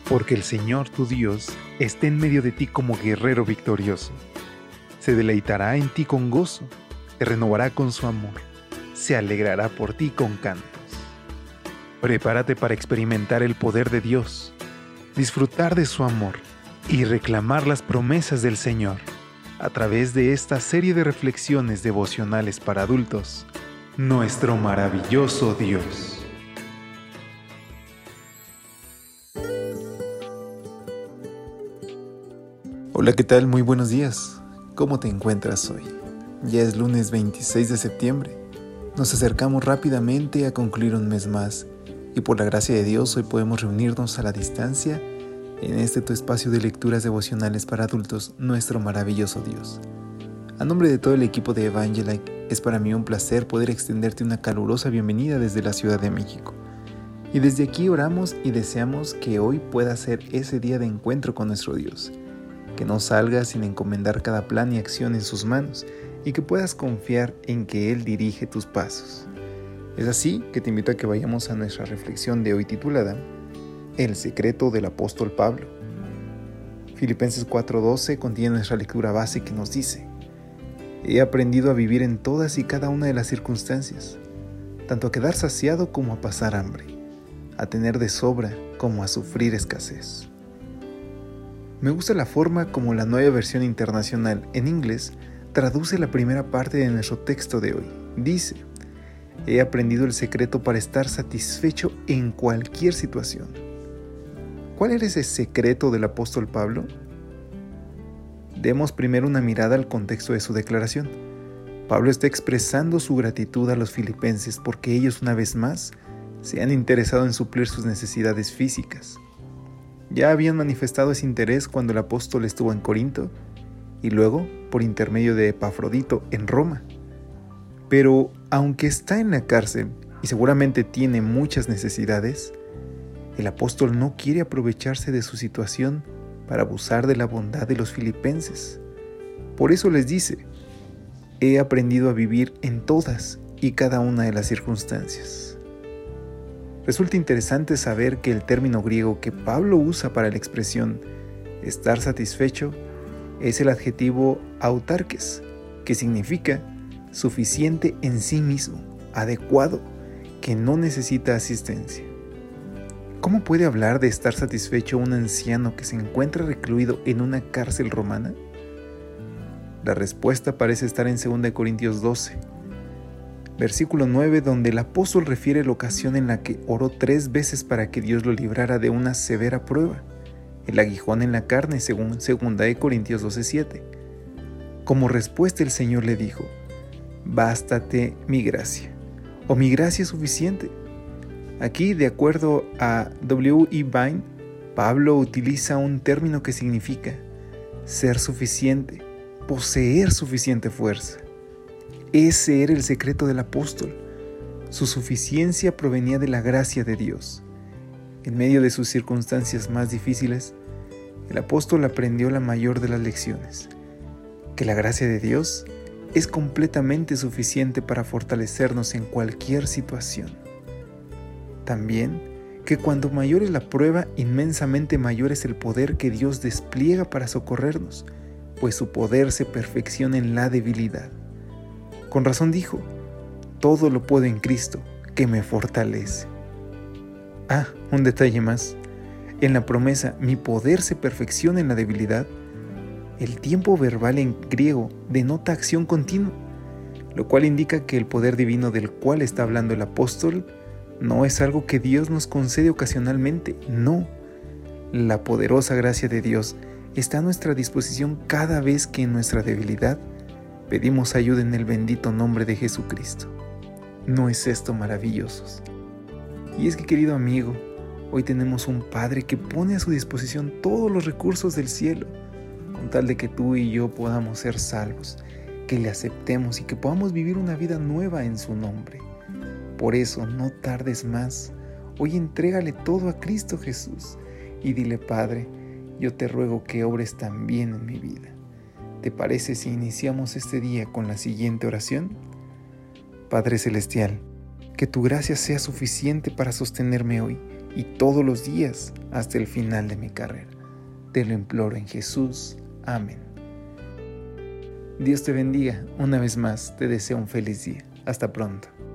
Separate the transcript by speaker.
Speaker 1: Porque el Señor tu Dios está en medio de ti como guerrero victorioso. Se deleitará en ti con gozo, te renovará con su amor, se alegrará por ti con cantos. Prepárate para experimentar el poder de Dios, disfrutar de su amor y reclamar las promesas del Señor a través de esta serie de reflexiones devocionales para adultos, Nuestro Maravilloso Dios. Hola, ¿qué tal? Muy buenos días. ¿Cómo te encuentras hoy? Ya es lunes 26 de septiembre. Nos acercamos rápidamente a concluir un mes más y por la gracia de Dios hoy podemos reunirnos a la distancia en este tu espacio de lecturas devocionales para adultos, Nuestro Maravilloso Dios. A nombre de todo el equipo de Evangelike, es para mí un placer poder extenderte una calurosa bienvenida desde la Ciudad de México. Y desde aquí oramos y deseamos que hoy pueda ser ese día de encuentro con nuestro Dios. Que no salgas sin encomendar cada plan y acción en sus manos y que puedas confiar en que Él dirige tus pasos. Es así que te invito a que vayamos a nuestra reflexión de hoy titulada El secreto del apóstol Pablo. Filipenses 4:12 contiene nuestra lectura base que nos dice: He aprendido a vivir en todas y cada una de las circunstancias, tanto a quedar saciado como a pasar hambre, a tener de sobra como a sufrir escasez. Me gusta la forma como la Nueva Versión Internacional en inglés traduce la primera parte de nuestro texto de hoy. Dice: He aprendido el secreto para estar satisfecho en cualquier situación. ¿Cuál era ese secreto del apóstol Pablo? Demos primero una mirada al contexto de su declaración. Pablo está expresando su gratitud a los filipenses porque ellos una vez más se han interesado en suplir sus necesidades físicas. Ya habían manifestado ese interés cuando el apóstol estuvo en Corinto y luego por intermedio de Epafrodito en Roma. Pero aunque está en la cárcel y seguramente tiene muchas necesidades, el apóstol no quiere aprovecharse de su situación para abusar de la bondad de los filipenses. Por eso les dice: He aprendido a vivir en todas y cada una de las circunstancias. Resulta interesante saber que el término griego que Pablo usa para la expresión estar satisfecho es el adjetivo autarkes, que significa suficiente en sí mismo, adecuado, que no necesita asistencia. ¿Cómo puede hablar de estar satisfecho un anciano que se encuentra recluido en una cárcel romana? La respuesta parece estar en 2 Corintios 12. Versículo 9, donde el apóstol refiere la ocasión en la que oró 3 veces para que Dios lo librara de una severa prueba, el aguijón en la carne, según 2 Corintios 12:7. Como respuesta el Señor le dijo: Bástate mi gracia, o mi gracia es suficiente. Aquí, de acuerdo a W. E. Vine, Pablo utiliza un término que significa ser suficiente, poseer suficiente fuerza. Ese era el secreto del apóstol. Su suficiencia provenía de la gracia de Dios. En medio de sus circunstancias más difíciles, el apóstol aprendió la mayor de las lecciones: que la gracia de Dios es completamente suficiente para fortalecernos en cualquier situación. También que cuando mayor es la prueba, inmensamente mayor es el poder que Dios despliega para socorrernos, pues su poder se perfecciona en la debilidad. Con razón dijo: todo lo puedo en Cristo, que me fortalece. Un detalle más. En la promesa, mi poder se perfecciona en la debilidad, el tiempo verbal en griego denota acción continua, lo cual indica que el poder divino del cual está hablando el apóstol no es algo que Dios nos concede ocasionalmente, no. La poderosa gracia de Dios está a nuestra disposición cada vez que en nuestra debilidad pedimos ayuda en el bendito nombre de Jesucristo. ¿No es esto maravilloso? Y es que, querido amigo, hoy tenemos un Padre que pone a su disposición todos los recursos del cielo, con tal de que tú y yo podamos ser salvos, que le aceptemos y que podamos vivir una vida nueva en su nombre. Por eso, no tardes más. Hoy entrégale todo a Cristo Jesús y dile: Padre, yo te ruego que obres también en mi vida. ¿Te parece si iniciamos este día con la siguiente oración? Padre Celestial, que tu gracia sea suficiente para sostenerme hoy y todos los días hasta el final de mi carrera. Te lo imploro en Jesús. Amén. Dios te bendiga. Una vez más, te deseo un feliz día. Hasta pronto.